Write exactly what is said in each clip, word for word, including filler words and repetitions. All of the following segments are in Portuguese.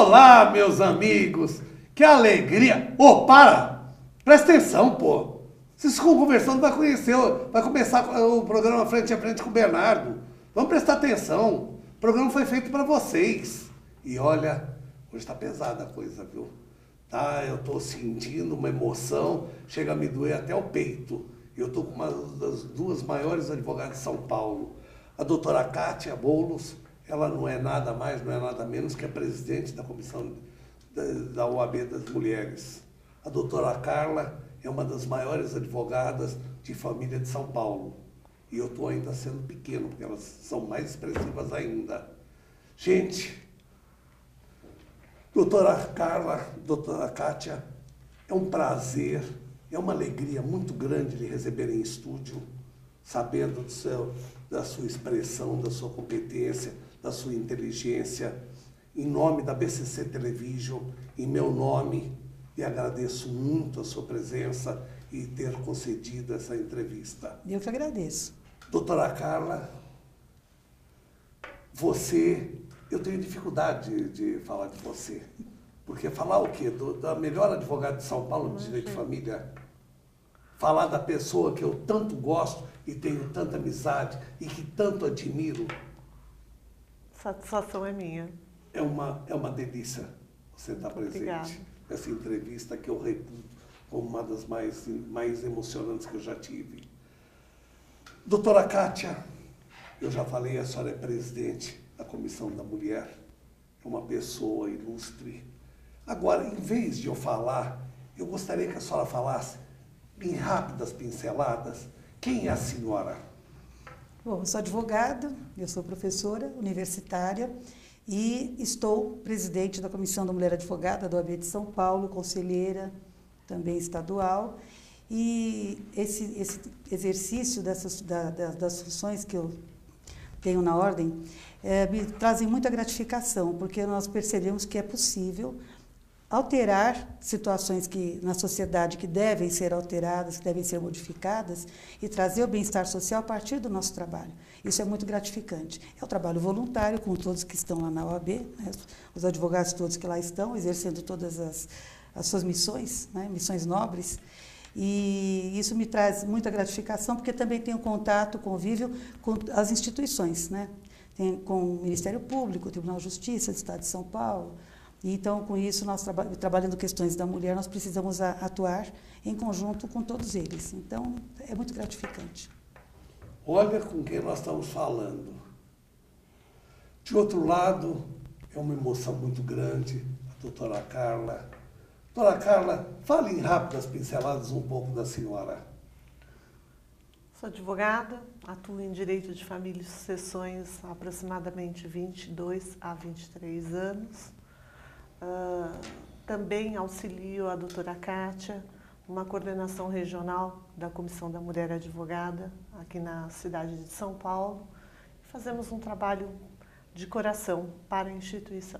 Olá, meus amigos! Que alegria! Ô, oh, para! Presta atenção, pô! Vocês ficam conversando, vai conhecer, vai começar o programa Frente a Frente com o Bernardo. Vamos prestar atenção. O programa foi feito para vocês. E olha, hoje tá pesada a coisa, viu? Tá, eu tô sentindo uma emoção, chega a me doer até o peito. Eu tô com uma das duas maiores advogadas de São Paulo. A doutora Kátia Boulos, ela não é nada mais, não é nada menos que a presidente da comissão da, da O A B das Mulheres. A doutora Carla é uma das maiores advogadas de família de São Paulo. E eu estou ainda sendo pequeno, porque elas são mais expressivas ainda. Gente, doutora Carla, doutora Kátia, é um prazer, é uma alegria muito grande lhe receber em estúdio, sabendo do seu, da sua expressão, da sua competência, da sua inteligência. Em nome da B C C Television, em meu nome, e agradeço muito a sua presença e ter concedido essa entrevista. Eu que agradeço. Doutora Carla, você, eu tenho dificuldade de, de falar de você, porque falar o quê? Do, da melhor advogada de São Paulo de direito de família, falar da pessoa que eu tanto gosto e tenho tanta amizade e que tanto admiro. Satisfação é minha. É uma, é uma delícia você estar presente. Obrigada. Essa entrevista que eu reputo como uma das mais, mais emocionantes que eu já tive. Doutora Kátia, eu já falei, a senhora é presidente da Comissão da Mulher, é uma pessoa ilustre. Agora, em vez de eu falar, eu gostaria que a senhora falasse, em rápidas pinceladas, quem é a senhora? Bom, eu sou advogada, eu sou professora universitária e estou presidente da Comissão da Mulher Advogada da O A B de São Paulo, conselheira também estadual. E esse, esse exercício dessas, da, da, das funções que eu tenho na ordem é, me trazem muita gratificação, porque nós percebemos que é possível alterar situações que, na sociedade que devem ser alteradas, que devem ser modificadas e trazer o bem-estar social a partir do nosso trabalho. Isso é muito gratificante. É o trabalho voluntário, com todos que estão lá na O A B, né, os advogados todos que lá estão, exercendo todas as, as suas missões, né, missões nobres. E isso me traz muita gratificação, porque também tenho contato, convívio com as instituições, né? Tem, com o Ministério Público, o Tribunal de Justiça do Estado de São Paulo. E, então, com isso, nós traba trabalhando questões da mulher, nós precisamos a, atuar em conjunto com todos eles. Então, é muito gratificante. Olha com quem nós estamos falando. De outro lado, é uma emoção muito grande, a doutora Carla. Doutora Carla, fale em rápidas pinceladas um pouco da senhora. Sou advogada, atuo em direito de família e sucessões há aproximadamente vinte e dois a vinte e três anos. Uh, também auxilio a doutora Kátia, uma coordenação regional da Comissão da Mulher Advogada, aqui na cidade de São Paulo. Fazemos um trabalho de coração para a instituição.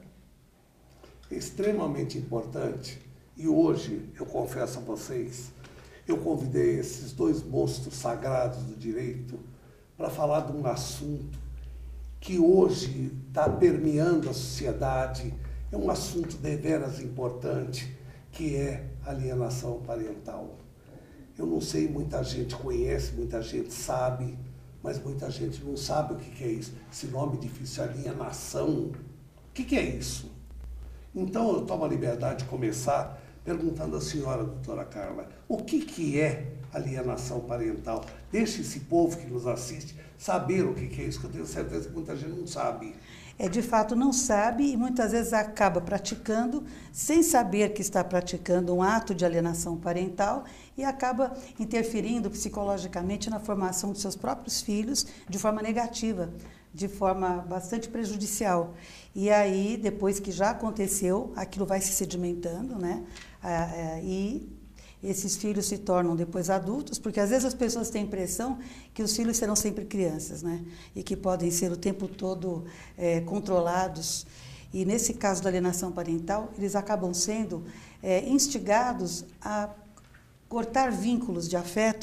É extremamente importante. E hoje, eu confesso a vocês, eu convidei esses dois monstros sagrados do direito para falar de um assunto que hoje está permeando a sociedade, é um assunto deveras importante, que é alienação parental. Eu não sei, muita gente conhece, muita gente sabe, mas muita gente não sabe o que é isso. Esse nome difícil, alienação, o que é isso? Então, eu tomo a liberdade de começar perguntando à senhora, doutora Carla, o que, que é alienação parental? Deixe esse povo que nos assiste saber o que, que é isso, que eu tenho certeza que muita gente não sabe. É, de fato, não sabe e muitas vezes acaba praticando sem saber que está praticando um ato de alienação parental e acaba interferindo psicologicamente na formação dos seus próprios filhos de forma negativa, de forma bastante prejudicial. E aí, depois que já aconteceu, aquilo vai se sedimentando, né? Ah, é, e esses filhos se tornam depois adultos, porque às vezes as pessoas têm a impressão que os filhos serão sempre crianças, né? E que podem ser o tempo todo é, controlados. E nesse caso da alienação parental, eles acabam sendo é, instigados a cortar vínculos de afeto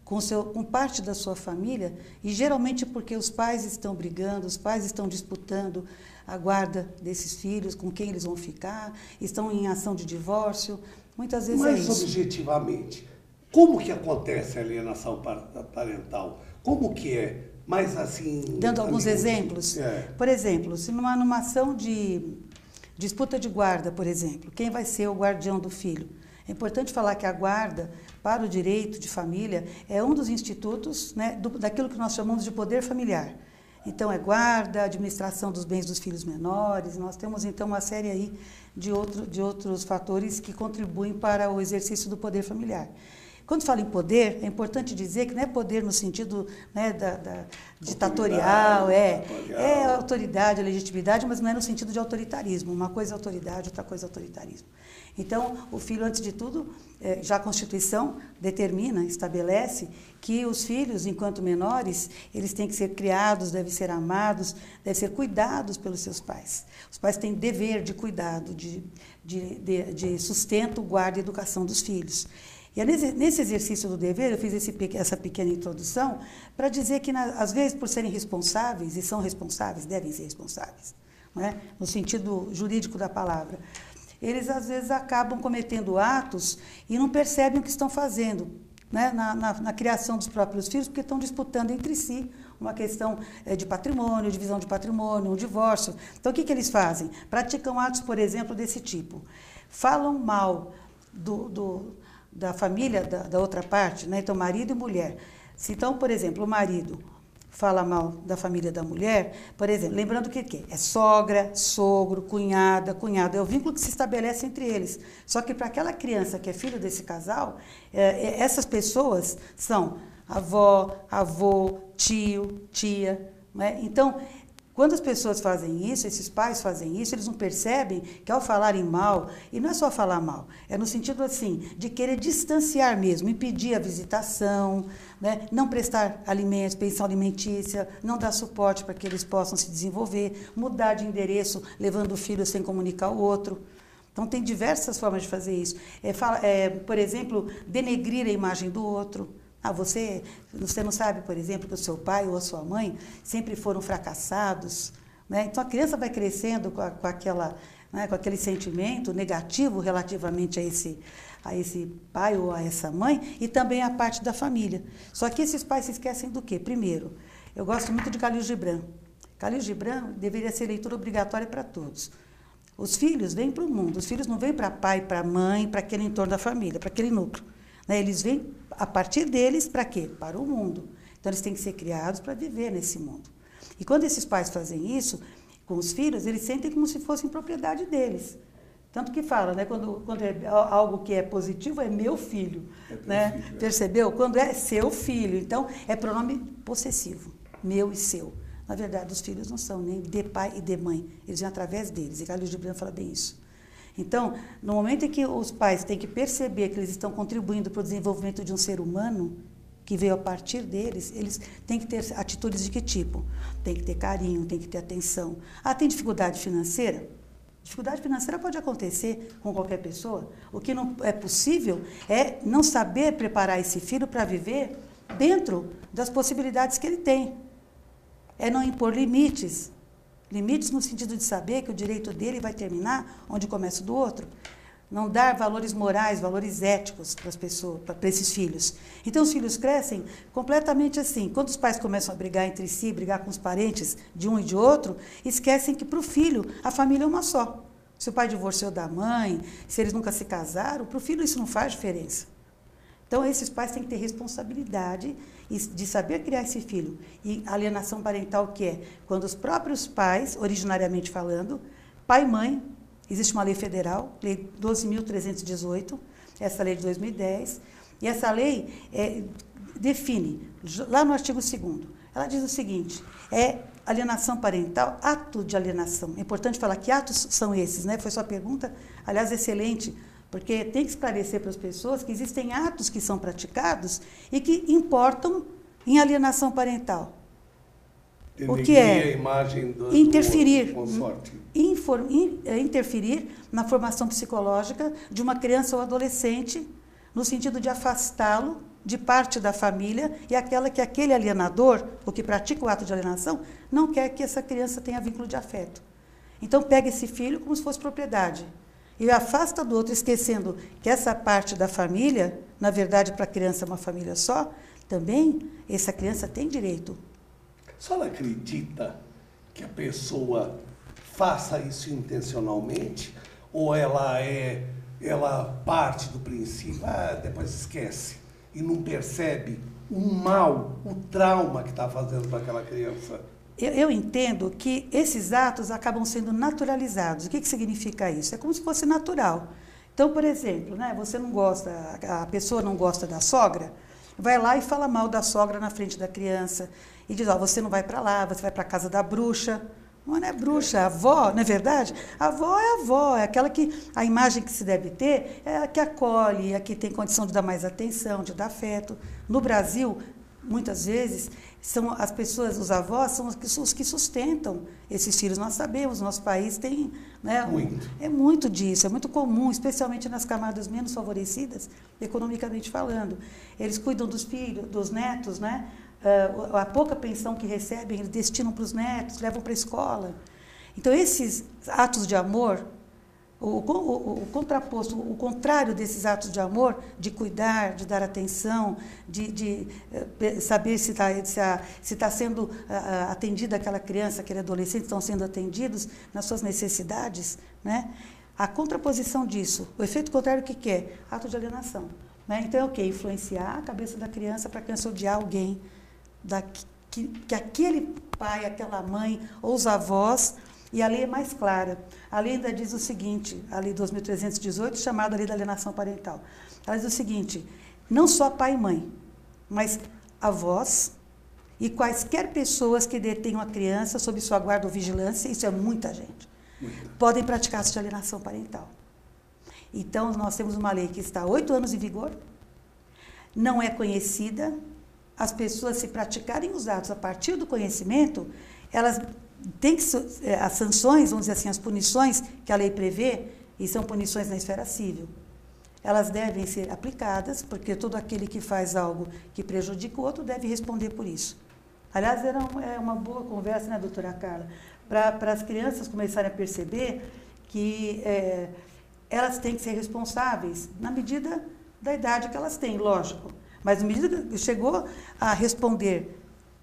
com, seu, com parte da sua família, e geralmente porque os pais estão brigando, os pais estão disputando a guarda desses filhos, com quem eles vão ficar, estão em ação de divórcio, muitas vezes Mas, é isso. objetivamente, como que acontece a alienação parental? Como que é? Mas assim... Dando alguns exemplos. É. Por exemplo, se numa, numa ação de disputa de guarda, por exemplo, quem vai ser o guardião do filho? É importante falar que a guarda, para o direito de família, é um dos institutos, né, do, daquilo que nós chamamos de poder familiar. Então, é guarda, administração dos bens dos filhos menores, nós temos, então, uma série aí de, outro, de outros fatores que contribuem para o exercício do poder familiar. Quando fala em poder, é importante dizer que não é poder no sentido, né, da, da ditatorial, é, é autoridade, legitimidade, mas não é no sentido de autoritarismo. Uma coisa é autoridade, outra coisa é autoritarismo. Então, o filho, antes de tudo, é, já a Constituição determina, estabelece que os filhos, enquanto menores, eles têm que ser criados, devem ser amados, devem ser cuidados pelos seus pais. Os pais têm dever de cuidado, de, de, de, de sustento, guarda e educação dos filhos. E é nesse, nesse exercício do dever, eu fiz esse, essa pequena introdução para dizer que, na, às vezes, por serem responsáveis, e são responsáveis, devem ser responsáveis, não é? No sentido jurídico da palavra, eles, às vezes, acabam cometendo atos e não percebem o que estão fazendo, né? na, na, na criação dos próprios filhos, porque estão disputando entre si uma questão é, de patrimônio, divisão de patrimônio, um divórcio. Então, o que, que eles fazem? Praticam atos, por exemplo, desse tipo. Falam mal do... do da família da, da outra parte, né? Então, marido e mulher. Se então, por exemplo, o marido fala mal da família da mulher, por exemplo, lembrando o que, que é? É sogra, sogro, cunhada, cunhado, é o vínculo que se estabelece entre eles. Só que para aquela criança que é filho desse casal, é, essas pessoas são avó, avô, tio, tia, né? Então, quando as pessoas fazem isso, esses pais fazem isso, eles não percebem que ao falarem mal, e não é só falar mal, é no sentido assim, de querer distanciar mesmo, impedir a visitação, né? Não prestar alimentos, pensão alimentícia, não dar suporte para que eles possam se desenvolver, mudar de endereço, levando o filho sem comunicar o outro. Então, tem diversas formas de fazer isso. É, fala, é, por exemplo, denegrir a imagem do outro. Ah, você, você não sabe, por exemplo, que o seu pai ou a sua mãe sempre foram fracassados, né? Então, a criança vai crescendo com, a, com, aquela, né, com aquele sentimento negativo relativamente a esse, a esse pai ou a essa mãe e também a parte da família. Só que esses pais se esquecem do quê? Primeiro, eu gosto muito de Khalil Gibran. Khalil Gibran deveria ser leitura obrigatória para todos. Os filhos vêm para o mundo, os filhos não vêm para pai, para mãe, para aquele entorno da família, para aquele núcleo. Eles vêm, a partir deles, para quê? Para o mundo. Então, eles têm que ser criados para viver nesse mundo. E quando esses pais fazem isso com os filhos, eles sentem como se fossem propriedade deles. Tanto que fala, né? Quando, quando é algo que é positivo, é meu filho. É né? filho, é. Percebeu? Quando é seu filho. Então, é pronome possessivo. Meu e seu. Na verdade, os filhos não são nem de pai e de mãe. Eles vêm através deles. E Khalil Gibran fala bem isso. Então, no momento em que os pais têm que perceber que eles estão contribuindo para o desenvolvimento de um ser humano, que veio a partir deles, eles têm que ter atitudes de que tipo? Tem que ter carinho, tem que ter atenção. Ah, tem dificuldade financeira? Dificuldade financeira pode acontecer com qualquer pessoa. O que não é possível é não saber preparar esse filho para viver dentro das possibilidades que ele tem. É não impor limites. Limites no sentido de saber que o direito dele vai terminar onde começa o do outro. Não dar valores morais, valores éticos para as pessoas, para esses filhos. Então, os filhos crescem completamente assim. Quando os pais começam a brigar entre si, brigar com os parentes de um e de outro, esquecem que para o filho a família é uma só. Se o pai divorciou da mãe, se eles nunca se casaram, para o filho isso não faz diferença. Então, esses pais têm que ter responsabilidade de saber criar esse filho. E alienação parental, que é quando os próprios pais, originariamente falando, pai e mãe, existe uma lei federal, Lei doze mil trezentos e dezoito, essa lei de dois mil e dez, e essa lei é, define, lá no artigo segundo, ela diz o seguinte, é alienação parental, ato de alienação. É importante falar que atos são esses, né? Foi sua pergunta, aliás, excelente, porque tem que esclarecer para as pessoas que existem atos que são praticados e que importam em alienação parental. Denegrir o que é? A imagem do, interferir, do consorte. Infor, in, interferir na formação psicológica de uma criança ou adolescente, no sentido de afastá-lo de parte da família e aquela que aquele alienador, ou que pratica o ato de alienação, não quer que essa criança tenha vínculo de afeto. Então, pega esse filho como se fosse propriedade e afasta do outro, esquecendo que essa parte da família, na verdade, para a criança é uma família só, também essa criança tem direito. A senhora acredita que a pessoa faça isso intencionalmente ou ela é, ela parte do princípio, ah, depois esquece e não percebe o mal, o trauma que está fazendo para aquela criança? Eu, eu entendo que esses atos acabam sendo naturalizados. O que, que significa isso? É como se fosse natural. Então, por exemplo, né, você não gosta, a pessoa não gosta da sogra, vai lá e fala mal da sogra na frente da criança e diz, ó, você não vai para lá, você vai para a casa da bruxa. Não é bruxa, a avó, não é verdade? A avó é a avó, é aquela que, a imagem que se deve ter é a que acolhe, é a que tem condição de dar mais atenção, de dar afeto. No Brasil, muitas vezes, são as pessoas, os avós, são os que, os que sustentam esses filhos. Nós sabemos, o nosso país tem... Né, muito. É muito disso, é muito comum, especialmente nas camadas menos favorecidas, economicamente falando. Eles cuidam dos filhos, dos netos, né? Uh, a pouca pensão que recebem, eles destinam para os netos, levam para a escola. Então, esses atos de amor, o, o, o contraposto, o contrário desses atos de amor, de cuidar, de dar atenção, de, de uh, saber se está se se tá sendo uh, atendida aquela criança, aquele adolescente, estão sendo atendidos nas suas necessidades, né? A contraposição disso, o efeito contrário, o que, que é? Ato de alienação. Né? Então, é o quê? Influenciar a cabeça da criança para a criança odiar alguém, Da, que, que aquele pai, aquela mãe, ou os avós, e a lei é mais clara. A lei ainda diz o seguinte, a lei dois mil trezentos e dezoito, chamada Lei da Alienação Parental. Ela diz o seguinte, não só pai e mãe, mas avós e quaisquer pessoas que detenham a criança sob sua guarda ou vigilância, isso é muita gente, muita. podem praticar atos de alienação parental. Então, nós temos uma lei que está há oito anos em vigor, não é conhecida. As pessoas, se praticarem os atos a partir do conhecimento, elas têm que, as sanções, vamos dizer assim, as punições que a lei prevê, e são punições na esfera civil, elas devem ser aplicadas, porque todo aquele que faz algo que prejudica o outro deve responder por isso. Aliás, era uma, é uma boa conversa, né, doutora Carla, para as crianças começarem a perceber que é, elas têm que ser responsáveis na medida da idade que elas têm, lógico. Mas, na medida que chegou a responder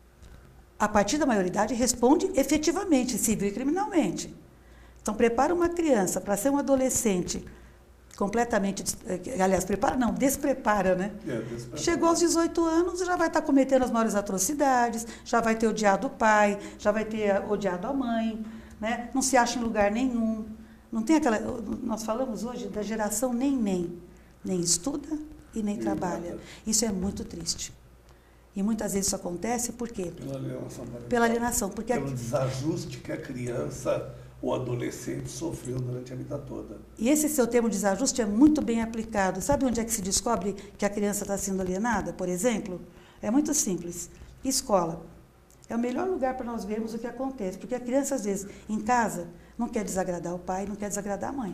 a partir da maioridade, responde efetivamente, civil e criminalmente. Então, prepara uma criança para ser um adolescente completamente... Aliás, prepara, não, desprepara, né? É, desprepara. Chegou aos dezoito anos, já vai estar cometendo as maiores atrocidades, já vai ter odiado o pai, já vai ter odiado a mãe, né? Não se acha em lugar nenhum. Não tem aquela... Nós falamos hoje da geração nem-nem. Nem estuda... e nem trabalha. Isso é muito triste. E muitas vezes isso acontece por quê? Pela alienação. Pela alienação. Porque Pelo desajuste que a criança ou adolescente sofreu durante a vida toda. E esse seu termo desajuste é muito bem aplicado. Sabe onde é que se descobre que a criança está sendo alienada, por exemplo? É muito simples. Escola. É o melhor lugar para nós vermos o que acontece. Porque a criança, às vezes, em casa, não quer desagradar o pai, não quer desagradar a mãe.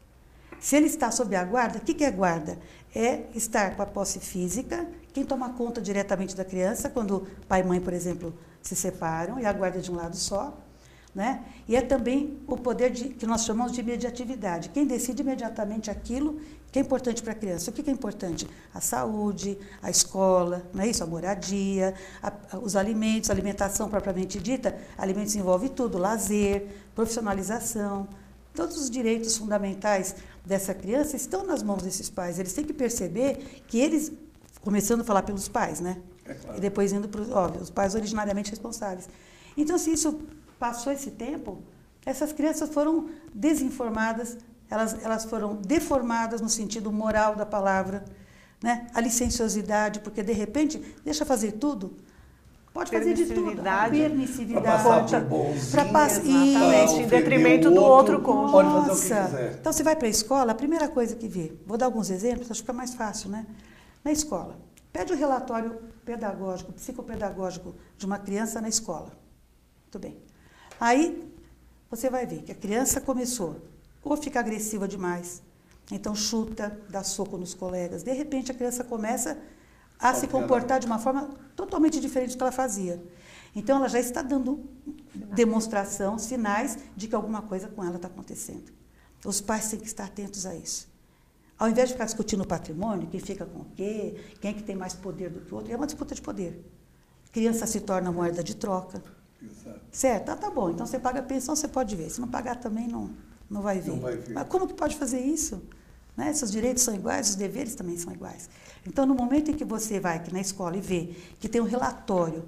Se ele está sob a guarda, o que, que é guarda? É estar com a posse física, quem toma conta diretamente da criança, quando pai e mãe, por exemplo, se separam, e a guarda é de um lado só, né? E é também o poder de, que nós chamamos de imediatividade. Quem decide imediatamente aquilo que é importante para a criança. O que, que é importante? A saúde, a escola, não é isso? A moradia, a, a, os alimentos, a alimentação propriamente dita. Alimentos envolve tudo, lazer, profissionalização. Todos os direitos fundamentais dessa criança estão nas mãos desses pais. Eles têm que perceber que eles, começando a falar pelos pais, né? É claro. E depois indo para os, óbvio, os pais originariamente responsáveis. Então, se isso passou esse tempo, essas crianças foram desinformadas, elas, elas foram deformadas no sentido moral da palavra, né? A licenciosidade, porque, de repente, deixa fazer tudo. Pode fazer de tudo. A permissividade. Para passar por bonzinho. Para passar, exatamente, em detrimento do outro cônjuge. Pode fazer o que quiser. Então, você vai para a escola, a primeira coisa que vê, vou dar alguns exemplos, acho que fica mais fácil, né? Na escola, pede o relatório pedagógico, psicopedagógico de uma criança na escola. Muito bem. Aí, você vai ver que a criança começou ou fica agressiva demais, então chuta, dá soco nos colegas. De repente, a criança começa a se comportar de uma forma totalmente diferente do que ela fazia. Então, ela já está dando demonstração, sinais de que alguma coisa com ela está acontecendo. Os pais têm que estar atentos a isso. Ao invés de ficar discutindo o patrimônio, quem fica com o quê, quem é que tem mais poder do que o outro, é uma disputa de poder. Criança se torna moeda de troca. Exato. Certo? Ah, tá bom. Então, você paga a pensão, você pode ver. Se não pagar também, não, não vai ver. Não vai ver. Mas como que pode fazer isso? Né? Seus direitos são iguais, os deveres também são iguais. Então, no momento em que você vai aqui na escola e vê que tem um relatório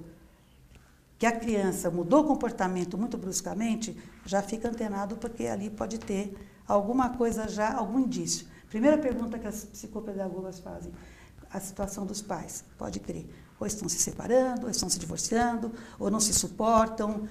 que a criança mudou o comportamento muito bruscamente, já fica antenado, porque ali pode ter alguma coisa já, algum indício. Primeira pergunta que as psicopedagogas fazem, a situação dos pais, pode crer. Ou estão se separando, ou estão se divorciando, ou não se suportam,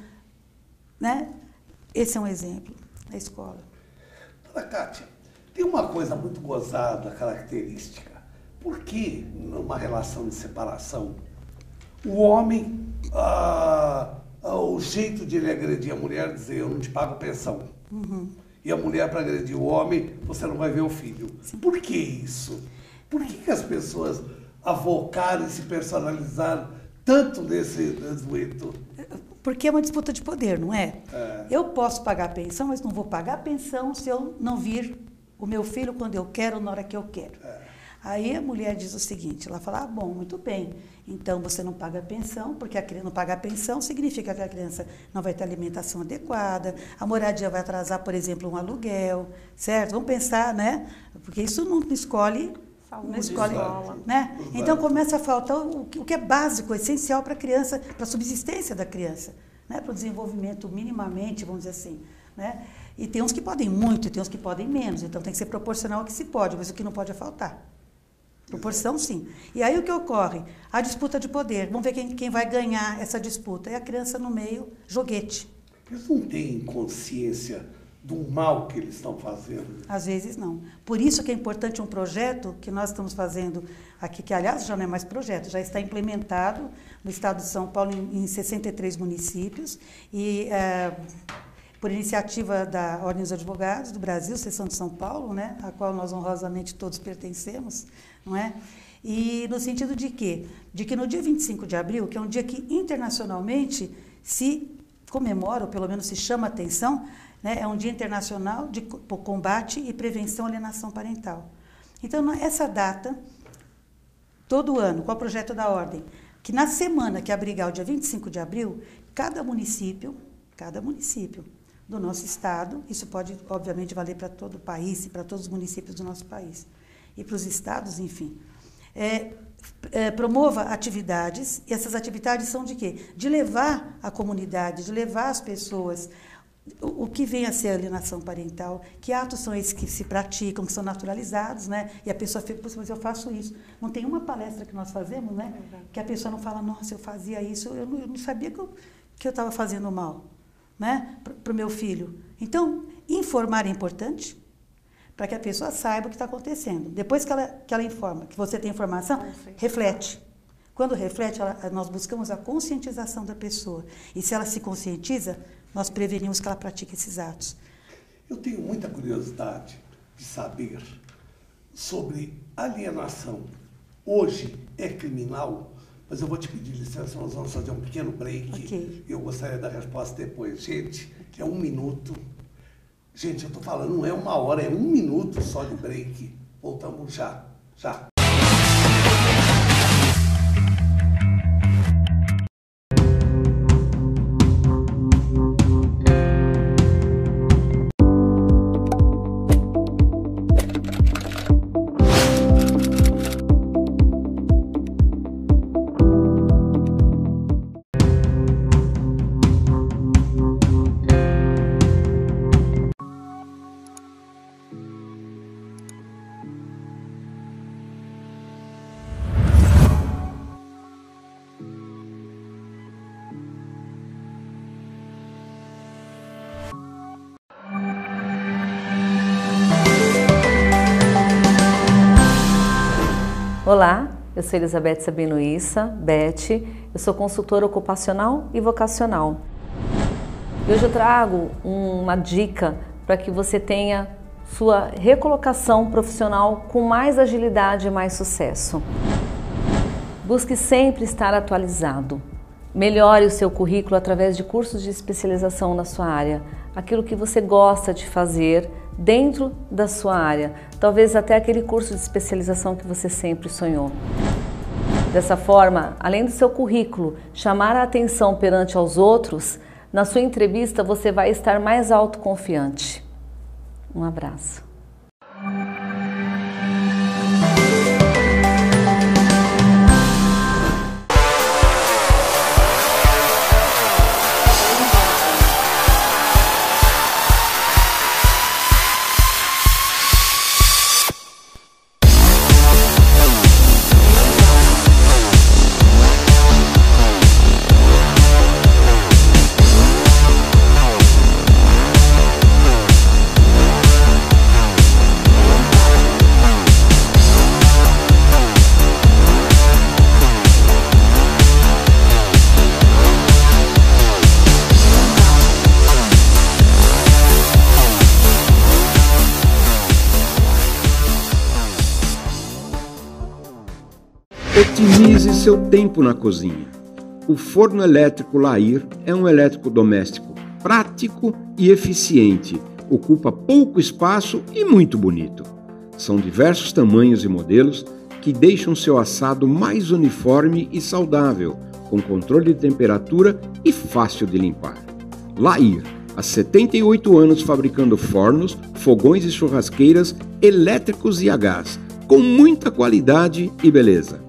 né? Esse é um exemplo da escola. Dona Kátia, tem uma coisa muito gozada, característica. Por que, numa relação de separação, o homem, ah, ah, o jeito de ele agredir a mulher é dizer, eu não te pago pensão. Uhum. E a mulher, para agredir o homem, você não vai ver o filho. Sim. Por que isso? Por que, que as pessoas avocaram e se personalizaram tanto nesse dueto? Porque é uma disputa de poder, não é? é? Eu posso pagar a pensão, mas não vou pagar a pensão se eu não vir o meu filho quando eu quero, na hora que eu quero. É. Aí a mulher diz o seguinte, ela fala, ah, bom, muito bem, então você não paga a pensão, porque a criança não paga a pensão significa que a criança não vai ter alimentação adequada, a moradia vai atrasar, por exemplo, um aluguel, certo? Vamos pensar, né? Porque isso não escolhe, Saúde, não escolhe, escola. Né? Então começa a faltar o que é básico, essencial para a criança, para a subsistência da criança, né? Para o desenvolvimento minimamente, vamos dizer assim, né? E tem uns que podem muito, e tem uns que podem menos, então tem que ser proporcional ao que se pode, mas o que não pode é faltar. Proporção, sim. E aí o que ocorre? A disputa de poder. Vamos ver quem, quem vai ganhar essa disputa. É a criança no meio, joguete. Eles não têm consciência do mal que eles estão fazendo? Às vezes não. Por isso que é importante um projeto que nós estamos fazendo aqui, que aliás já não é mais projeto, já está implementado no estado de São Paulo em, em sessenta e três municípios e... É, por iniciativa da Ordem dos Advogados do Brasil, Seção de São Paulo, né, a qual nós honrosamente todos pertencemos, não é? E no sentido de quê? De que no dia vinte e cinco de abril, que é um dia que internacionalmente se comemora, ou pelo menos se chama atenção, né, é um dia internacional de combate e prevenção à alienação parental. Então, essa data, todo ano, qual é o projeto da Ordem? Que na semana que abrigar o dia vinte e cinco de abril, cada município, cada município, do nosso estado, isso pode, obviamente, valer para todo o país e para todos os municípios do nosso país, e para os estados, enfim, é, é, promova atividades, e essas atividades são de quê? De levar a comunidade, de levar as pessoas, o, o que vem a ser a alienação parental, que atos são esses que se praticam, que são naturalizados, né? E a pessoa fica, mas eu faço isso. Não tem uma palestra que nós fazemos, né? Que a pessoa não fala, nossa, eu fazia isso, eu não, eu não sabia que eu que eu estava fazendo mal, né, para o meu filho. Então, informar é importante para que a pessoa saiba o que está acontecendo. Depois que ela, que ela informa, que você tem informação, ah, reflete. Quando reflete, ela, nós buscamos a conscientização da pessoa. E se ela se conscientiza, nós prevenimos que ela pratique esses atos. Eu tenho muita curiosidade de saber sobre alienação. Hoje é criminal? Mas eu vou te pedir licença, nós vamos fazer um pequeno break. Okay. Eu gostaria da resposta depois. Gente, é um minuto. Gente, eu estou falando, não é uma hora, é um minuto só de break. Voltamos já, já. Olá, eu sou Elizabeth Sabino Issa, Beth, eu sou consultora ocupacional e vocacional. E hoje eu trago uma dica para que você tenha sua recolocação profissional com mais agilidade e mais sucesso. Busque sempre estar atualizado. Melhore o seu currículo através de cursos de especialização na sua área, aquilo que você gosta de fazer dentro da sua área, talvez até aquele curso de especialização que você sempre sonhou. Dessa forma, além do seu currículo chamar a atenção perante aos outros, na sua entrevista você vai estar mais autoconfiante. Um abraço. Otimize seu tempo na cozinha. O forno elétrico Lair é um eletrodoméstico prático e eficiente, ocupa pouco espaço e muito bonito. São diversos tamanhos e modelos que deixam seu assado mais uniforme e saudável, com controle de temperatura e fácil de limpar. Lair, há setenta e oito anos fabricando fornos, fogões e churrasqueiras elétricos e a gás, com muita qualidade e beleza.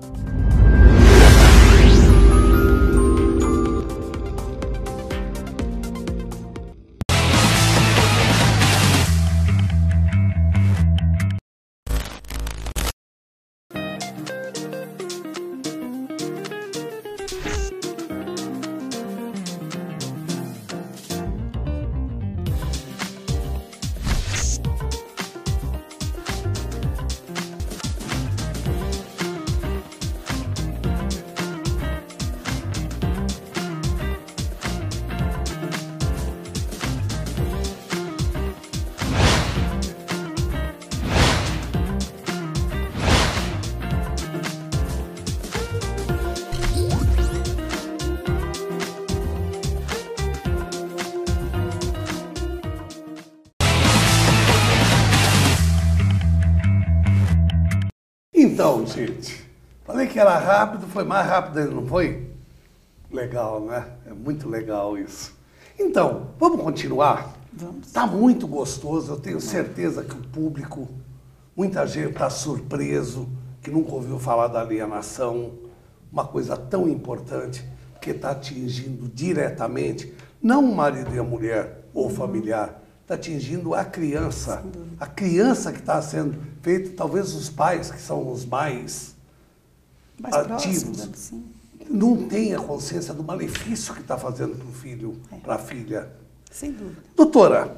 Então, gente, falei que era rápido, foi mais rápido ainda, não foi? Legal, né? É muito legal isso. Então, vamos continuar? Vamos. Está muito gostoso, eu tenho certeza que o público, muita gente está surpreso, que nunca ouviu falar da alienação, uma coisa tão importante, porque está atingindo diretamente, não o marido e a mulher ou o familiar, está atingindo a criança, a criança que está sendo feita, talvez os pais, que são os mais, mais ativos, próximos, assim. Não tem a consciência do malefício que está fazendo para o filho, É. para a filha. Sem dúvida. Doutora,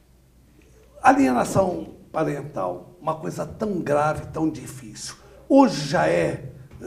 alienação parental, uma coisa tão grave, tão difícil, hoje já é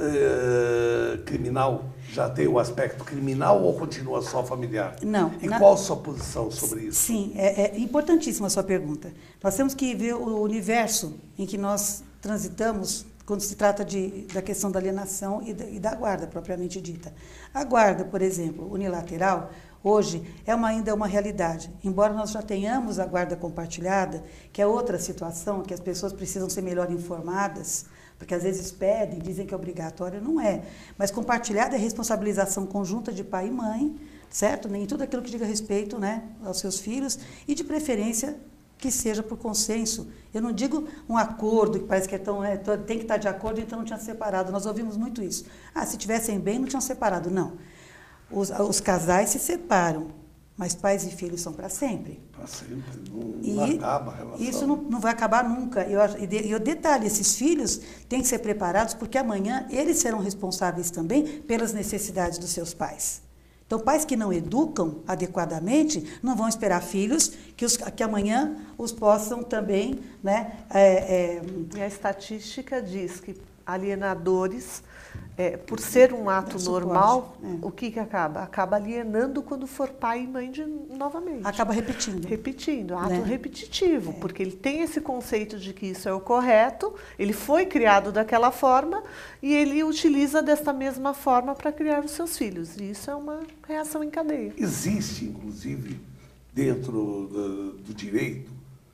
uh, criminal? Já tem o aspecto criminal ou continua só familiar? Não. E na... qual a sua posição sobre isso? Sim, é, é importantíssima a sua pergunta. Nós temos que ver o universo em que nós transitamos quando se trata de, da questão da alienação e da, e da guarda propriamente dita. A guarda, por exemplo, unilateral, hoje é uma, ainda é uma realidade. Embora nós já tenhamos a guarda compartilhada, que é outra situação, que as pessoas precisam ser melhor informadas, porque às vezes pedem, dizem que é obrigatório, não é. Mas compartilhada é responsabilização conjunta de pai e mãe, certo? Nem tudo aquilo que diga respeito, né, aos seus filhos, e de preferência que seja por consenso. Eu não digo um acordo, que parece que é tão, é, tem que estar de acordo, então não tinha separado. Nós ouvimos muito isso. Ah, se tivessem bem, não tinham separado. Não. Os, os casais se separam, mas pais e filhos são para sempre. Para sempre, não, E não acaba a relação. Isso não, não vai acabar nunca. Eu, e, de, e o detalhe, esses filhos têm que ser preparados porque amanhã eles serão responsáveis também pelas necessidades dos seus pais. Então, pais que não educam adequadamente não vão esperar filhos que, os, que amanhã os possam também, né? É, é... E a estatística diz que alienadores. É, por ser um ato normal, é. o que que acaba? Acaba alienando quando for pai e mãe de, novamente. Acaba repetindo. Repetindo, ato né? repetitivo, É. porque ele tem esse conceito de que isso é o correto, ele foi criado daquela forma e ele utiliza desta mesma forma para criar os seus filhos. E isso é uma reação em cadeia. Existe, inclusive, dentro do, do direito,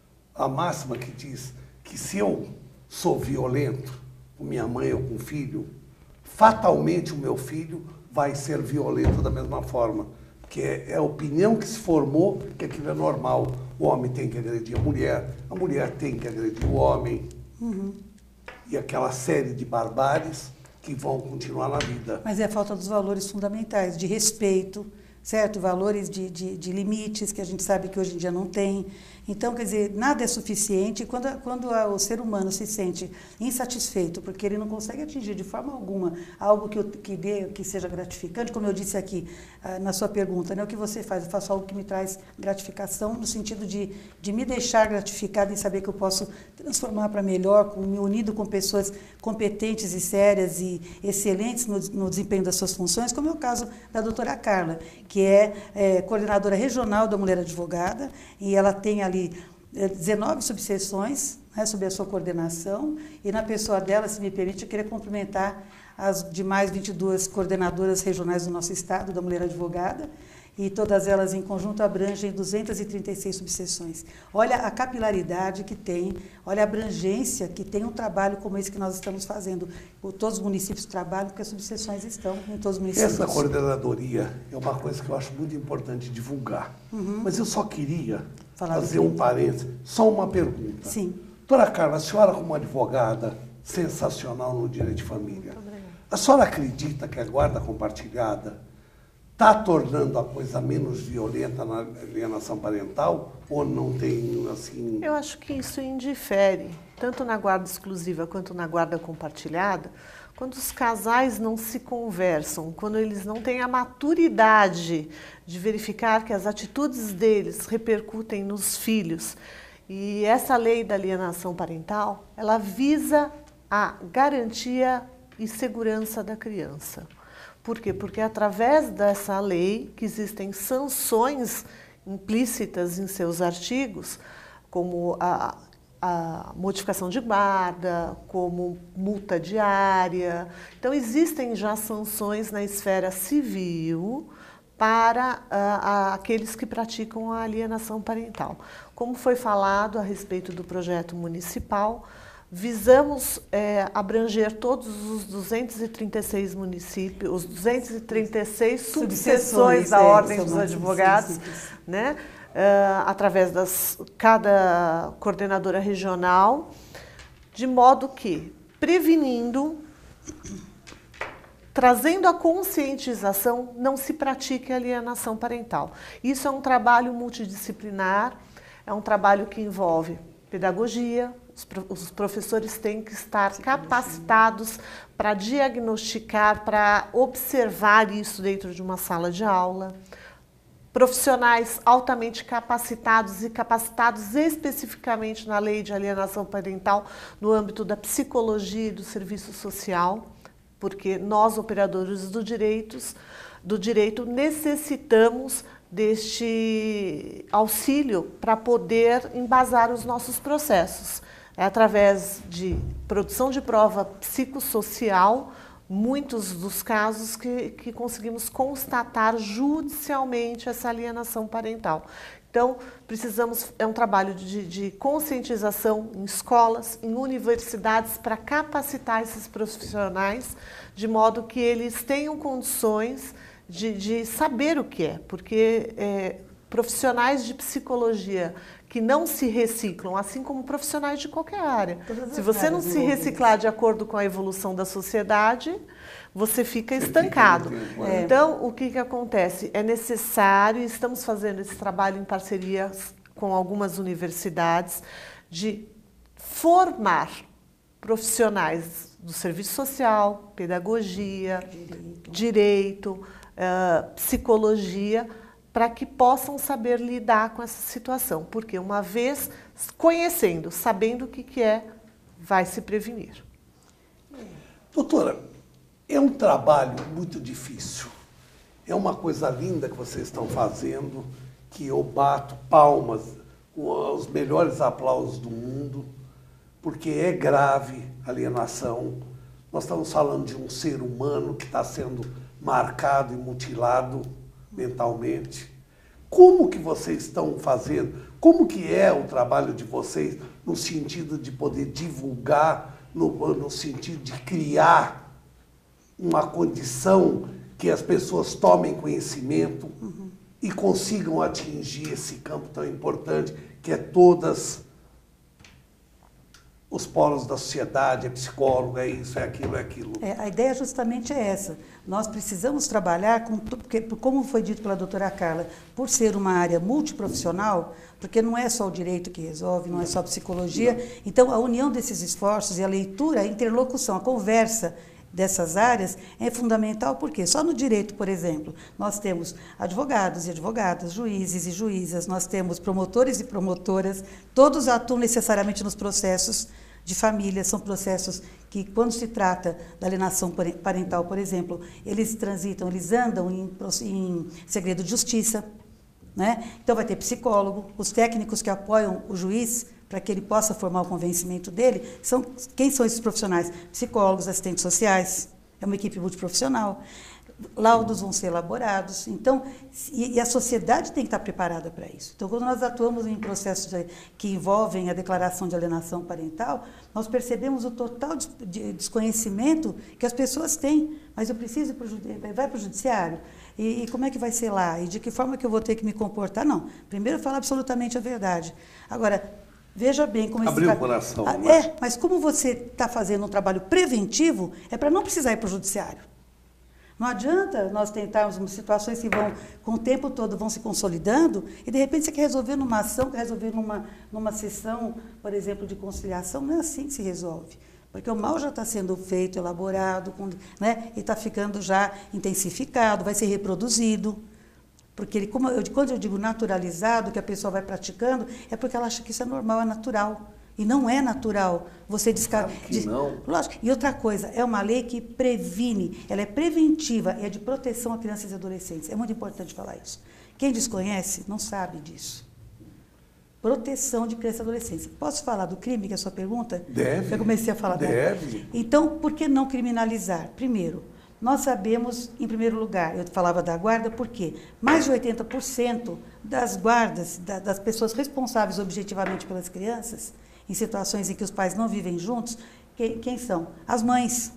a máxima que diz que se eu sou violento com minha mãe ou com o filho, fatalmente o meu filho vai ser violento da mesma forma. Que é, é a opinião que se formou que aquilo é normal. O homem tem que agredir a mulher, a mulher tem que agredir o homem. Uhum. E aquela série de barbáries que vão continuar na vida. Mas é a falta dos valores fundamentais, de respeito, certo? Valores de, de, de limites, que a gente sabe que hoje em dia não tem. Então, quer dizer, nada é suficiente. Quando, quando o ser humano se sente insatisfeito, porque ele não consegue atingir de forma alguma algo que, que, dê, que seja gratificante, como eu disse aqui ah, na sua pergunta, né? O que você faz? Eu faço algo que me traz gratificação, no sentido de, de me deixar gratificado em saber que eu posso transformar para melhor, com, me unido com pessoas competentes e sérias e excelentes no, no desempenho das suas funções, como é o caso da doutora Carla, que é, é coordenadora regional da Mulher Advogada, e ela tem ali dezenove subseções, né, sob a sua coordenação, e na pessoa dela, se me permite, eu queria cumprimentar as demais vinte e duas coordenadoras regionais do nosso estado, da Mulher Advogada, e todas elas em conjunto abrangem duzentas e trinta e seis subseções. Olha a capilaridade que tem, olha a abrangência que tem um trabalho como esse que nós estamos fazendo. Todos os municípios trabalham, porque as subseções estão em todos os municípios. Essa coordenadoria é uma coisa que eu acho muito importante divulgar. Uhum. Mas eu só queria Falar fazer um parênteses, só uma pergunta. Sim. Doutora Carla, a senhora como advogada sensacional no direito de família, a senhora acredita que a guarda compartilhada está tornando a coisa menos violenta na alienação parental ou não tem, assim... Eu acho que isso indifere, tanto na guarda exclusiva quanto na guarda compartilhada, quando os casais não se conversam, quando eles não têm a maturidade de verificar que as atitudes deles repercutem nos filhos. E essa lei da alienação parental, ela visa a garantia e segurança da criança. Por quê? Porque é através dessa lei que existem sanções implícitas em seus artigos, como a, a modificação de guarda, como multa diária. Então, existem já sanções na esfera civil para a, a, aqueles que praticam a alienação parental. Como foi falado a respeito do projeto municipal, visamos é, abranger todos os duzentos e trinta e seis municípios, os duzentos e trinta e seis subseções da Ordem dos Advogados, né, uh, através das cada coordenadora regional, de modo que, prevenindo, trazendo a conscientização, não se pratique alienação parental. Isso é um trabalho multidisciplinar, é um trabalho que envolve pedagogia. Os professores têm que estar capacitados para diagnosticar, para observar isso dentro de uma sala de aula. Profissionais altamente capacitados e capacitados especificamente na lei de alienação parental no âmbito da psicologia e do serviço social, porque nós, operadores do direitos, do direito, necessitamos deste auxílio para poder embasar os nossos processos. É através de produção de prova psicossocial, muitos dos casos que, que conseguimos constatar judicialmente essa alienação parental. Então, precisamos, é um trabalho de, de conscientização em escolas, em universidades, para capacitar esses profissionais, de modo que eles tenham condições de, de saber o que é, porque é, profissionais de psicologia que não se reciclam, assim como profissionais de qualquer área. Se você não se reciclar de acordo com a evolução da sociedade, você fica estancado. É. Então, o que que acontece? É necessário, estamos fazendo esse trabalho em parceria com algumas universidades, de formar profissionais do serviço social, pedagogia, direito, direito uh, psicologia, para que possam saber lidar com essa situação. Porque uma vez conhecendo, sabendo o que que é, vai se prevenir. Doutora, é um trabalho muito difícil. É uma coisa linda que vocês estão fazendo, que eu bato palmas, com os melhores aplausos do mundo, porque é grave a alienação. Nós estamos falando de um ser humano que está sendo marcado e mutilado mentalmente. Como que vocês estão fazendo? Como que é o trabalho de vocês no sentido de poder divulgar, no, no sentido de criar uma condição que as pessoas tomem conhecimento uhum. e consigam atingir esse campo tão importante que é todas os polos da sociedade, é psicólogo, é isso, é aquilo, é aquilo. É, a ideia justamente é essa. Nós precisamos trabalhar, com, porque, como foi dito pela doutora Carla, por ser uma área multiprofissional, porque não é só o direito que resolve, não é só a psicologia, não. Então a união desses esforços e a leitura, a interlocução, a conversa dessas áreas é fundamental, porque só no direito, por exemplo, nós temos advogados e advogadas, juízes e juízas, nós temos promotores e promotoras, todos atuam necessariamente nos processos de família, são processos que, quando se trata da alienação parental, por exemplo, eles transitam, eles andam em, em segredo de justiça, né? Então vai ter psicólogo, os técnicos que apoiam o juiz para que ele possa formar o convencimento dele, são, quem são esses profissionais? Psicólogos, assistentes sociais, é uma equipe multiprofissional, laudos vão ser elaborados, então, e, e a sociedade tem que estar preparada para isso. Então, quando nós atuamos em processos de, que envolvem a declaração de alienação parental, nós percebemos o total de, de desconhecimento que as pessoas têm, mas eu preciso ir para o, vai para o judiciário, e, e como é que vai ser lá? E de que forma que eu vou ter que me comportar? Não, primeiro falar absolutamente a verdade. Agora, veja bem como Abriu esse... o coração. Ah, mas... É, mas como você está fazendo um trabalho preventivo, é para não precisar ir para o judiciário. Não adianta nós tentarmos situações que vão, com o tempo todo, vão se consolidando, e de repente você quer resolver numa ação, quer resolver numa, numa sessão, por exemplo, de conciliação. Não é assim que se resolve. Porque o mal já está sendo feito, elaborado, com, né, e está ficando já intensificado, vai ser reproduzido. Porque ele, como eu, quando eu digo naturalizado, que a pessoa vai praticando, é porque ela acha que isso é normal, é natural. E não é natural você descartar. Claro que não. Lógico. E outra coisa, é uma lei que previne, ela é preventiva e é de proteção a crianças e adolescentes. É muito importante falar isso. Quem desconhece não sabe disso. Proteção de crianças e adolescentes. Posso falar do crime, que é a sua pergunta? Deve. Eu comecei a falar Deve. Dela. Então, por que não criminalizar? Primeiro, nós sabemos, em primeiro lugar, eu falava da guarda, porque mais de oitenta por cento das guardas, da, das pessoas responsáveis objetivamente pelas crianças, em situações em que os pais não vivem juntos, quem, quem são? As mães.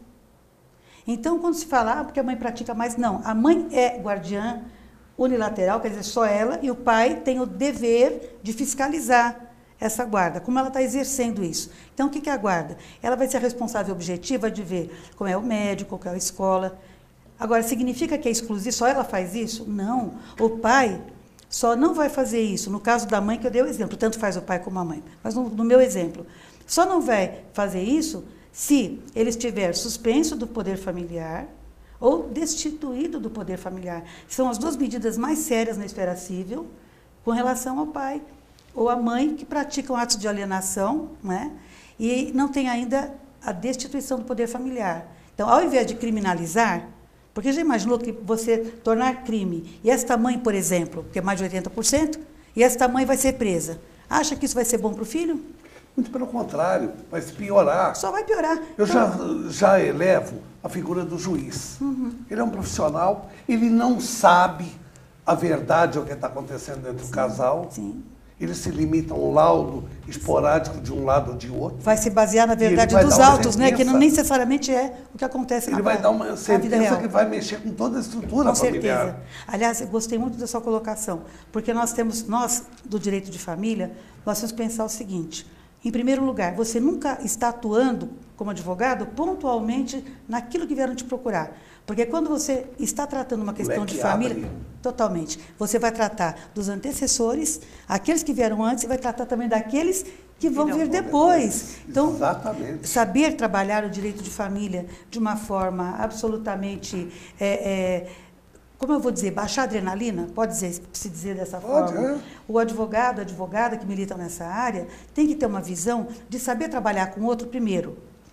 Então, quando se fala, ah, porque a mãe pratica mais, não. A mãe é guardiã unilateral, quer dizer, só ela, e o pai tem o dever de fiscalizar essa guarda, como ela está exercendo isso. Então, o que é a guarda? Ela vai ser a responsável objetiva de ver como é o médico, qual é a escola. Agora, significa que é exclusivo, só ela faz isso? Não. O pai só não vai fazer isso, no caso da mãe, que eu dei o exemplo, tanto faz o pai como a mãe, mas no, no meu exemplo, só não vai fazer isso se ele estiver suspenso do poder familiar ou destituído do poder familiar. São as duas medidas mais sérias na esfera civil com relação ao pai ou à mãe que praticam atos de alienação, né, e não tem ainda a destituição do poder familiar. Então, ao invés de criminalizar, porque já imaginou que você tornar crime, e esta mãe, por exemplo, que é mais de oitenta por cento, e esta mãe vai ser presa, acha que isso vai ser bom para o filho? Muito pelo contrário, vai se piorar. Só vai piorar. Eu então... já, já elevo a figura do juiz. Uhum. Ele é um profissional, ele não sabe a verdade o que está acontecendo dentro sim, do casal. Sim. Ele se limita a um laudo esporádico de um lado ou de outro. Vai se basear na verdade dos autos, né? Que não necessariamente é o que acontece na vida real. Ele vai dar uma sentença que vai mexer com toda a estrutura com familiar. Com certeza. Aliás, eu gostei muito da sua colocação, porque nós temos, nós, do direito de família, nós temos que pensar o seguinte: em primeiro lugar, você nunca está atuando como advogado pontualmente naquilo que vieram te procurar. Porque quando você está tratando uma questão Leque de família, abre. totalmente, você vai tratar dos antecessores, aqueles que vieram antes, e vai tratar também daqueles que vão vir depois. Então, exatamente. Saber trabalhar o direito de família de uma forma absolutamente, é, é, como eu vou dizer, baixar a adrenalina, pode dizer, se dizer dessa Pode, forma. é. O advogado, a advogada que militam nessa área, tem que ter uma visão de saber trabalhar com o outro primeiro,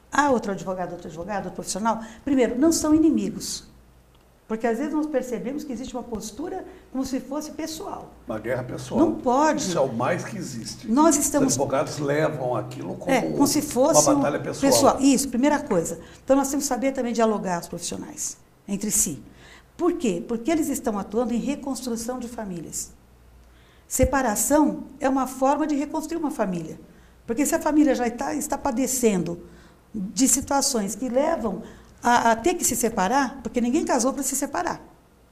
a outro advogado, outro advogado, outro profissional, primeiro, não são inimigos. Porque às vezes nós percebemos que existe uma postura como se fosse pessoal. Uma guerra pessoal. Não pode. Isso é o mais que existe. Nós estamos... Os advogados levam aquilo como, é, como se fosse uma batalha pessoal. pessoal. Isso, primeira coisa. Então nós temos que saber também dialogar os profissionais entre si. Por quê? Porque eles estão atuando em reconstrução de famílias. Separação é uma forma de reconstruir uma família. Porque se a família já está, está padecendo de situações que levam a, a ter que se separar, porque ninguém casou para se separar.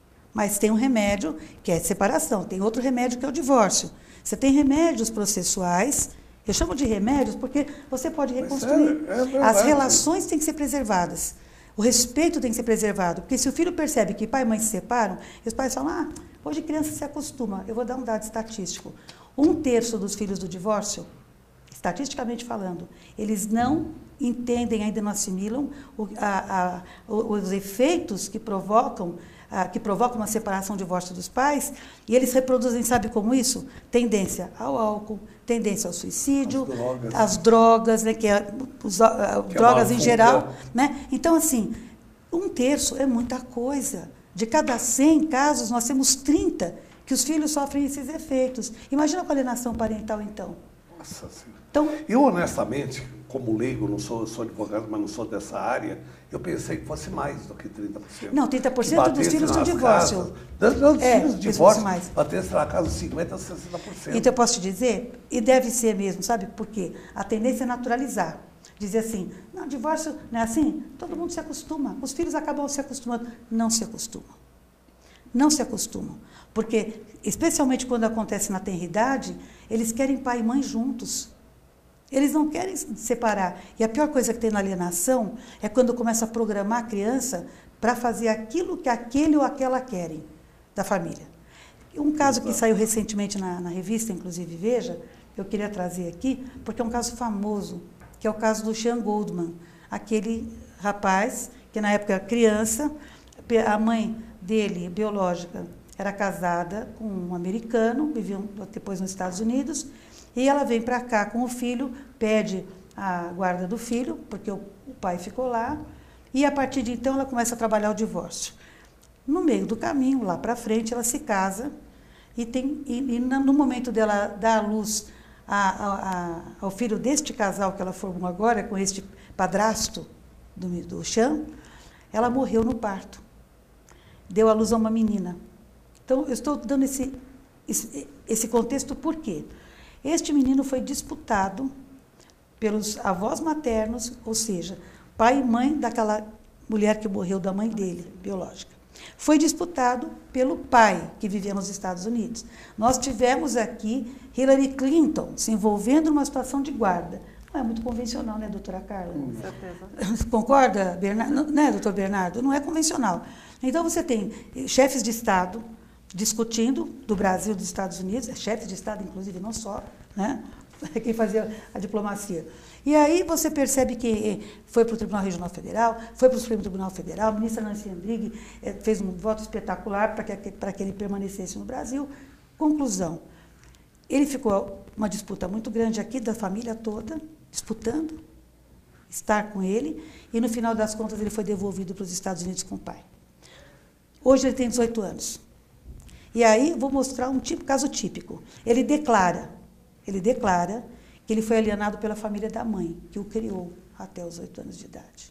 Mas tem um remédio que é separação, tem outro remédio que é o divórcio. Você tem remédios processuais, eu chamo de remédios porque você pode reconstruir. É, é As relações têm que ser preservadas. O respeito tem que ser preservado. Porque se o filho percebe que pai e mãe se separam, os pais falam, ah, hoje criança se acostuma. Eu vou dar um dado estatístico. Um terço dos filhos do divórcio, estatisticamente falando, eles não entendem, ainda não assimilam o, a, a, os efeitos que provocam, a, que provocam uma separação, um divórcio dos pais, e eles reproduzem, sabe como isso? Tendência ao álcool, tendência ao suicídio, as drogas, as drogas né, que é, os, a, que drogas é em geral. Né? Então, assim, um terço é muita coisa. De cada cem casos, nós temos trinta que os filhos sofrem esses efeitos. Imagina com a alienação parental, então. Nossa Senhora. Então, eu, honestamente, como leigo, não sou, sou advogado, mas não sou dessa área, eu pensei que fosse mais do que trinta por cento. Não, trinta por cento dos filhos do divórcio. Casas, dos é, filhos do divórcio, batesse na casa cinquenta por cento, sessenta por cento. Então, eu posso te dizer, e deve ser mesmo, sabe por quê? A tendência é naturalizar. Dizer assim, não, divórcio não é assim? Todo mundo se acostuma. Os filhos acabam se acostumando. Não se acostumam. Não se acostumam. Porque, especialmente quando acontece na tenridade, eles querem pai e mãe juntos. Eles não querem se separar. E a pior coisa que tem na alienação é quando começa a programar a criança para fazer aquilo que aquele ou aquela querem da família. Um caso que saiu recentemente na, na revista, inclusive Veja, eu queria trazer aqui, porque é um caso famoso, que é o caso do Sean Goldman, aquele rapaz que na época era criança, a mãe dele, biológica, era casada com um americano, viviam depois nos Estados Unidos, e ela vem para cá com o filho, pede a guarda do filho, porque o, o pai ficou lá, e a partir de então ela começa a trabalhar o divórcio. No meio do caminho, lá para frente, ela se casa, e, tem, e, e no momento dela dar à luz a, a, a, ao filho deste casal que ela formou agora, com este padrasto do, do Sean, ela morreu no parto. Deu à luz a uma menina. Então, eu estou dando esse, esse, esse contexto por quê? Este menino foi disputado pelos avós maternos, ou seja, pai e mãe daquela mulher que morreu da mãe dele, biológica. Foi disputado pelo pai, que vivia nos Estados Unidos. Nós tivemos aqui Hillary Clinton se envolvendo numa situação de guarda. Não é muito convencional, né, doutora Carla? Com certeza. Concorda, Bernardo? Né, doutor Bernardo? Não é convencional. Então, você tem chefes de Estado discutindo do Brasil e dos Estados Unidos, chefes de Estado, inclusive, não só, né? Quem fazia a diplomacia. E aí você percebe que foi para o Tribunal Regional Federal, foi para o Supremo Tribunal Federal, a ministra Nancy Andrighi fez um voto espetacular para que, para que ele permanecesse no Brasil. Conclusão, ele ficou uma disputa muito grande aqui da família toda, disputando estar com ele, e no final das contas ele foi devolvido para os Estados Unidos com o pai. Hoje ele tem dezoito anos. E aí vou mostrar um tipo, caso típico. Ele declara, ele declara que ele foi alienado pela família da mãe, que o criou até os oito anos de idade.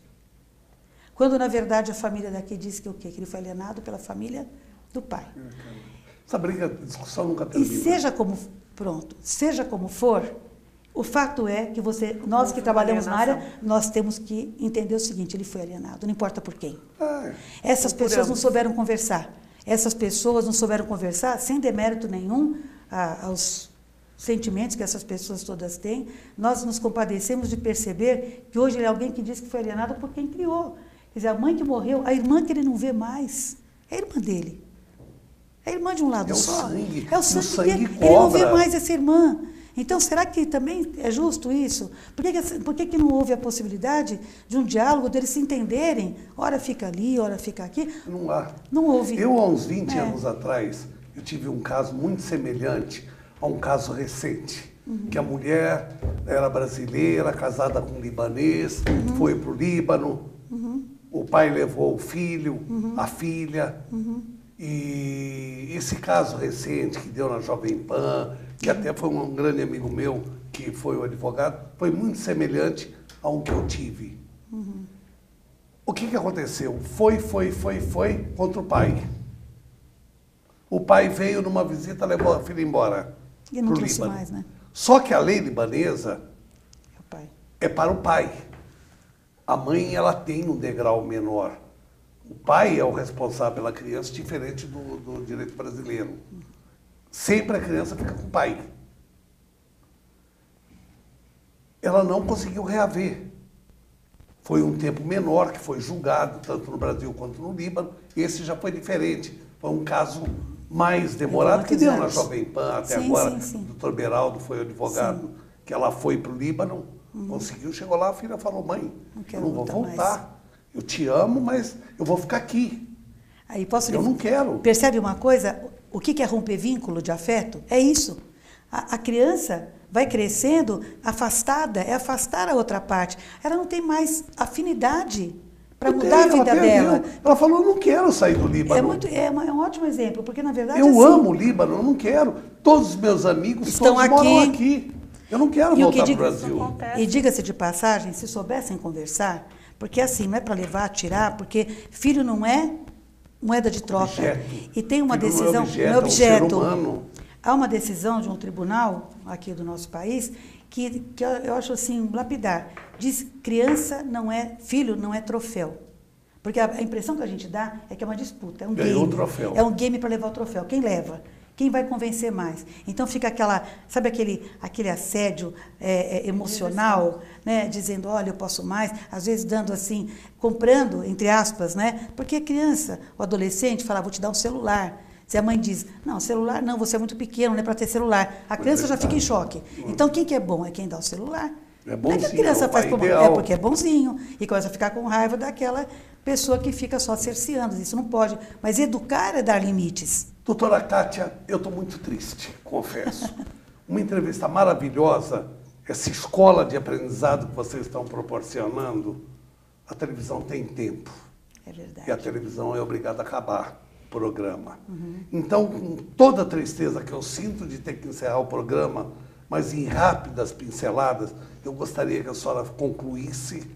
Quando, na verdade, a família daqui diz que o quê? Que ele foi alienado pela família do pai. Essa briga, a discussão nunca termina. E seja como, pronto, seja como for, o fato é que você, nós que trabalhamos na área, nós temos que entender o seguinte, ele foi alienado, não importa por quem. Ah, Essas pessoas não souberam conversar. Essas pessoas não souberam conversar, sem demérito nenhum a, aos sentimentos que essas pessoas todas têm. Nós nos compadecemos de perceber que hoje ele é alguém que diz que foi alienado por quem criou. Quer dizer, a mãe que morreu, a irmã que ele não vê mais, é a irmã dele. É a irmã de um lado é só. O sangue, é o sangue, o sangue dele. Cobra. Ele não vê mais essa irmã. Então, será que também é justo isso? Por que, por que, que não houve a possibilidade de um diálogo, deles se entenderem? Ora fica ali, ora fica aqui. Não há. Não houve. Eu, há uns vinte é. anos atrás, eu tive um caso muito semelhante a um caso recente. Uhum. Que a mulher era brasileira, casada com um libanês, uhum. foi para o Líbano, uhum. o pai levou o filho, uhum. a filha. Uhum. E esse caso recente que deu na Jovem Pan, que até foi um grande amigo meu, que foi o advogado, foi muito semelhante a um que eu tive. Uhum. O que, que aconteceu? Foi, foi, foi, foi contra o pai. O pai veio numa visita, levou a filha embora. E não trouxe mais, né? Só que a lei libanesa é, o pai. é para o pai. A mãe, ela tem um degrau menor. O pai é o responsável pela criança, diferente do, do direito brasileiro. Sempre a criança fica com o pai. Ela não conseguiu reaver. Foi um tempo menor que foi julgado, tanto no Brasil quanto no Líbano. Esse já foi diferente. Foi um caso mais demorado, que deu na Jovem Pan até sim, agora. Sim, sim. O doutor Beraldo foi o advogado, sim. que ela foi para o Líbano, uhum. conseguiu, chegou lá, a filha falou, mãe, não eu não vou voltar. Mais. Eu te amo, mas eu vou ficar aqui. Aí posso eu lhe... não quero. Percebe uma coisa? O que é romper vínculo de afeto? É isso. A, a criança vai crescendo afastada, é afastar a outra parte. Ela não tem mais afinidade para mudar a vida dela. Ela falou, eu não quero sair do Líbano. É, muito, é, uma, é um ótimo exemplo, porque na verdade... Eu assim, amo o Líbano, eu não quero. Todos os meus amigos estão todos aqui. moram aqui. Eu não quero e voltar para o diga, Brasil. E diga-se de passagem, se soubessem conversar, porque assim, não é para levar, tirar, porque filho não é moeda de troca. Objeto. E tem uma filho decisão... Não é objeto, não é objeto. É um ser humano. Há uma decisão de um tribunal aqui do nosso país que, que eu, eu acho assim, lapidar. Diz criança não é, filho não é troféu. Porque a, a impressão que a gente dá é que é uma disputa, é um Ganhou game. o troféu. É um game para levar o troféu. Quem leva? Quem vai convencer mais? Então fica aquela, sabe aquele, aquele assédio é, é, emocional, né? Dizendo, olha, eu posso mais, às vezes dando assim, comprando, entre aspas, né? Porque a criança, o adolescente, fala, vou te dar um celular. Se a mãe diz, não, celular não, você é muito pequeno, não é para ter celular. A criança já fica em choque. Então, quem que é bom? É quem dá o celular. É bonzinho, não é que a criança é faz como ideal. é porque é bonzinho. E começa a ficar com raiva daquela pessoa que fica só cerceando. Isso não pode. Mas educar é dar limites. Doutora Kátia, eu estou muito triste, confesso. Uma entrevista maravilhosa, essa escola de aprendizado que vocês estão proporcionando, a televisão tem tempo. É verdade. E a televisão é obrigada a acabar o programa. Uhum. Então, com toda a tristeza que eu sinto de ter que encerrar o programa, mas em rápidas pinceladas, eu gostaria que a senhora concluísse,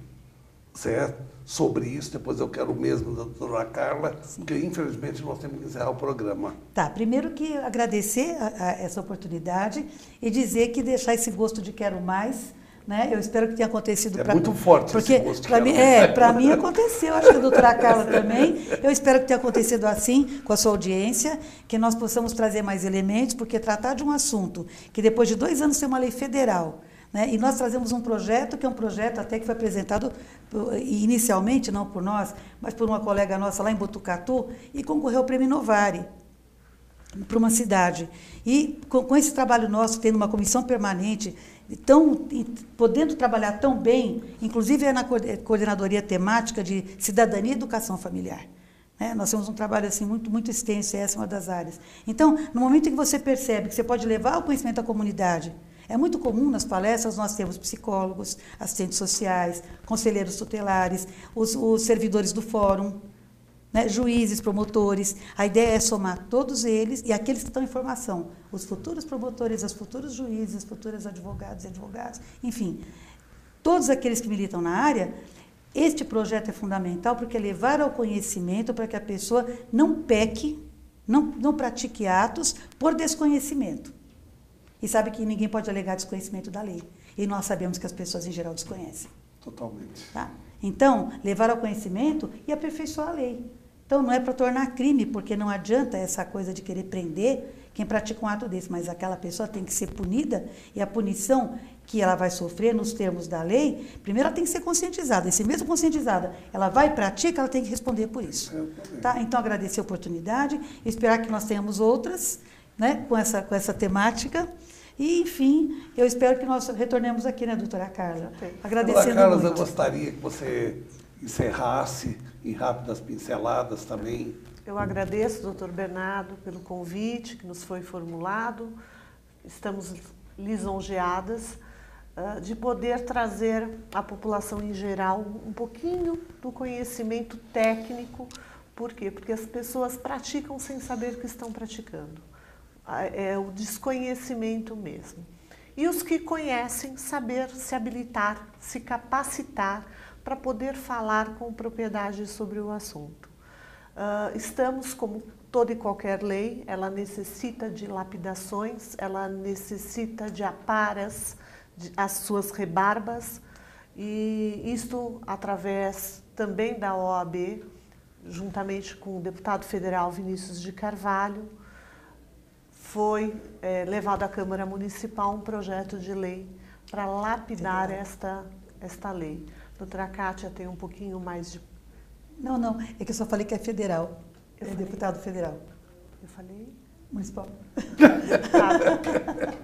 certo? Sobre isso, depois eu quero o mesmo da doutora Carla, Sim. porque infelizmente nós temos que encerrar o programa. Tá, primeiro que agradecer a, a essa oportunidade e dizer que deixar esse gosto de quero mais, né? Eu espero que tenha acontecido para... É muito forte porque esse gosto de quero mim, mais. É, para mim aconteceu, acho que a doutora Carla também. Eu espero que tenha acontecido assim com a sua audiência, que nós possamos trazer mais elementos, porque tratar de um assunto que depois de dois anos tem uma lei federal, né? E nós trazemos um projeto, que é um projeto até que foi apresentado inicialmente, não por nós, mas por uma colega nossa lá em Botucatu, e concorreu ao Prêmio Novari, para uma cidade. E com, com esse trabalho nosso, tendo uma comissão permanente, tão, podendo trabalhar tão bem, inclusive é na coordenadoria temática de cidadania e educação familiar. É, nós temos um trabalho assim, muito, muito extenso, e essa é uma das áreas. Então, no momento em que você percebe que você pode levar o conhecimento à comunidade, é muito comum nas palestras nós temos psicólogos, assistentes sociais, conselheiros tutelares, os, os servidores do fórum, né, juízes, promotores. A ideia é somar todos eles e aqueles que estão em formação, os futuros promotores, os futuros juízes, os futuros advogados e advogados, enfim, todos aqueles que militam na área. Este projeto é fundamental porque é levar ao conhecimento para que a pessoa não peque, não, não pratique atos por desconhecimento. E sabe que ninguém pode alegar desconhecimento da lei. E nós sabemos que as pessoas, em geral, desconhecem. Totalmente. Tá? Então, levar ao conhecimento e aperfeiçoar a lei. Então, não é para tornar crime, porque não adianta essa coisa de querer prender quem pratica um ato desse, mas aquela pessoa tem que ser punida, e a punição que ela vai sofrer nos termos da lei, primeiro ela tem que ser conscientizada, e se mesmo conscientizada, ela vai e pratica, ela tem que responder por isso. Tá? Então, agradecer a oportunidade, esperar que nós tenhamos outras, né, com essa, com essa temática. E, enfim, eu espero que nós retornemos aqui, né, doutora Carla? Okay. Agradecendo doutora Carla, muito. eu gostaria que você encerrasse em rápidas pinceladas também. Eu agradeço, doutor Bernardo, pelo convite que nos foi formulado. Estamos lisonjeadas uh, de poder trazer à população em geral um pouquinho do conhecimento técnico. Por quê? Porque as pessoas praticam sem saber que estão praticando. É o desconhecimento mesmo. E os que conhecem, saber se habilitar, se capacitar para poder falar com propriedade sobre o assunto. Uh, estamos, como toda e qualquer lei, ela necessita de lapidações, ela necessita de aparas, de, as suas rebarbas, e isto através também da O A B, juntamente com o deputado federal Vinícius de Carvalho, foi é, levado à Câmara Municipal um projeto de lei para lapidar esta, esta lei. A doutora Kátia tem um pouquinho mais de... Não, não, é que eu só falei que é federal, eu é falei... deputado federal. Eu falei? Municipal. Ah.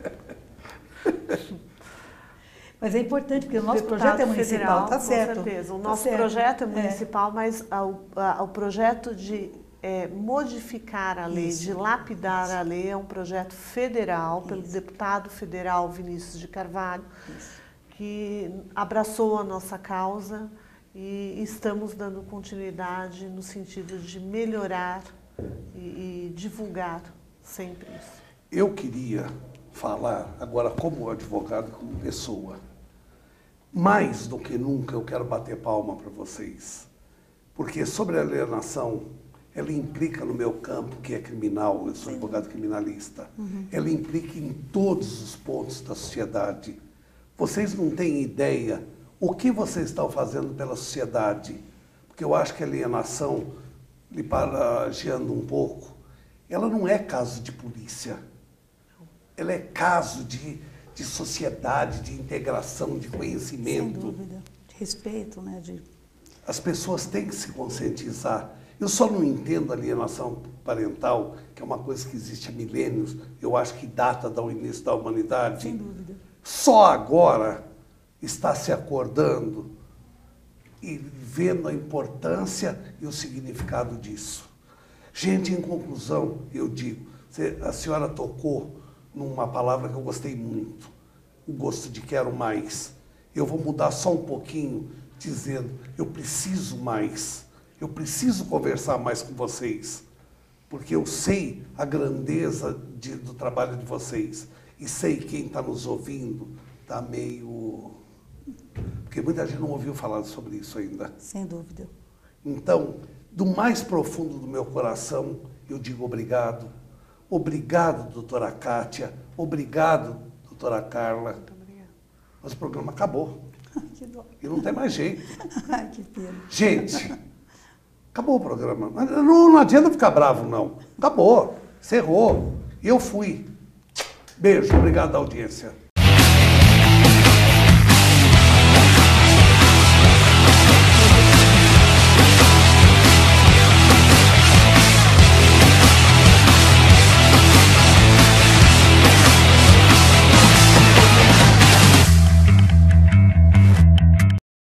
Mas é importante, porque o nosso Deputado projeto é municipal, federal, está certo. Com certeza, o tá nosso certo. projeto é municipal, é. mas o projeto de é, modificar a lei, Isso. de lapidar Isso. a lei, é um projeto federal, Isso. pelo deputado federal Vinícius de Carvalho, Isso. que abraçou a nossa causa e estamos dando continuidade no sentido de melhorar e, e divulgar sempre isso. Eu queria falar agora como advogado, como pessoa. Mais do que nunca eu quero bater palma para vocês, porque sobre a alienação, ela implica no meu campo, que é criminal, eu sou advogado criminalista, uhum. ela implica em todos os pontos da sociedade. Vocês não têm ideia o que vocês estão fazendo pela sociedade, porque eu acho que a alienação, lhe paragiando um pouco, ela não é caso de polícia. Ela é caso de, de sociedade, de integração, de conhecimento. Sem dúvida. De respeito, né? De... As pessoas têm que se conscientizar. Eu só não entendo a alienação parental, que é uma coisa que existe há milênios, eu acho que data do início da humanidade. Sem dúvida. Só agora está se acordando e vendo a importância e o significado disso. Gente, em conclusão, eu digo, a senhora tocou numa palavra que eu gostei muito, o gosto de quero mais. Eu vou mudar só um pouquinho, dizendo, eu preciso mais, eu preciso conversar mais com vocês, porque eu sei a grandeza de, do trabalho de vocês, e sei que quem está nos ouvindo está meio... Porque muita gente não ouviu falar sobre isso ainda. Sem dúvida. Então, do mais profundo do meu coração, eu digo obrigado. Obrigado, doutora Kátia. Obrigado, doutora Carla. Muito obrigada. Mas o programa acabou. Que dó. E não tem mais jeito. Ai, que pena. Gente, acabou o programa. Não, não adianta ficar bravo, não. Acabou. Encerrou. E eu fui. Beijo. Obrigado da audiência.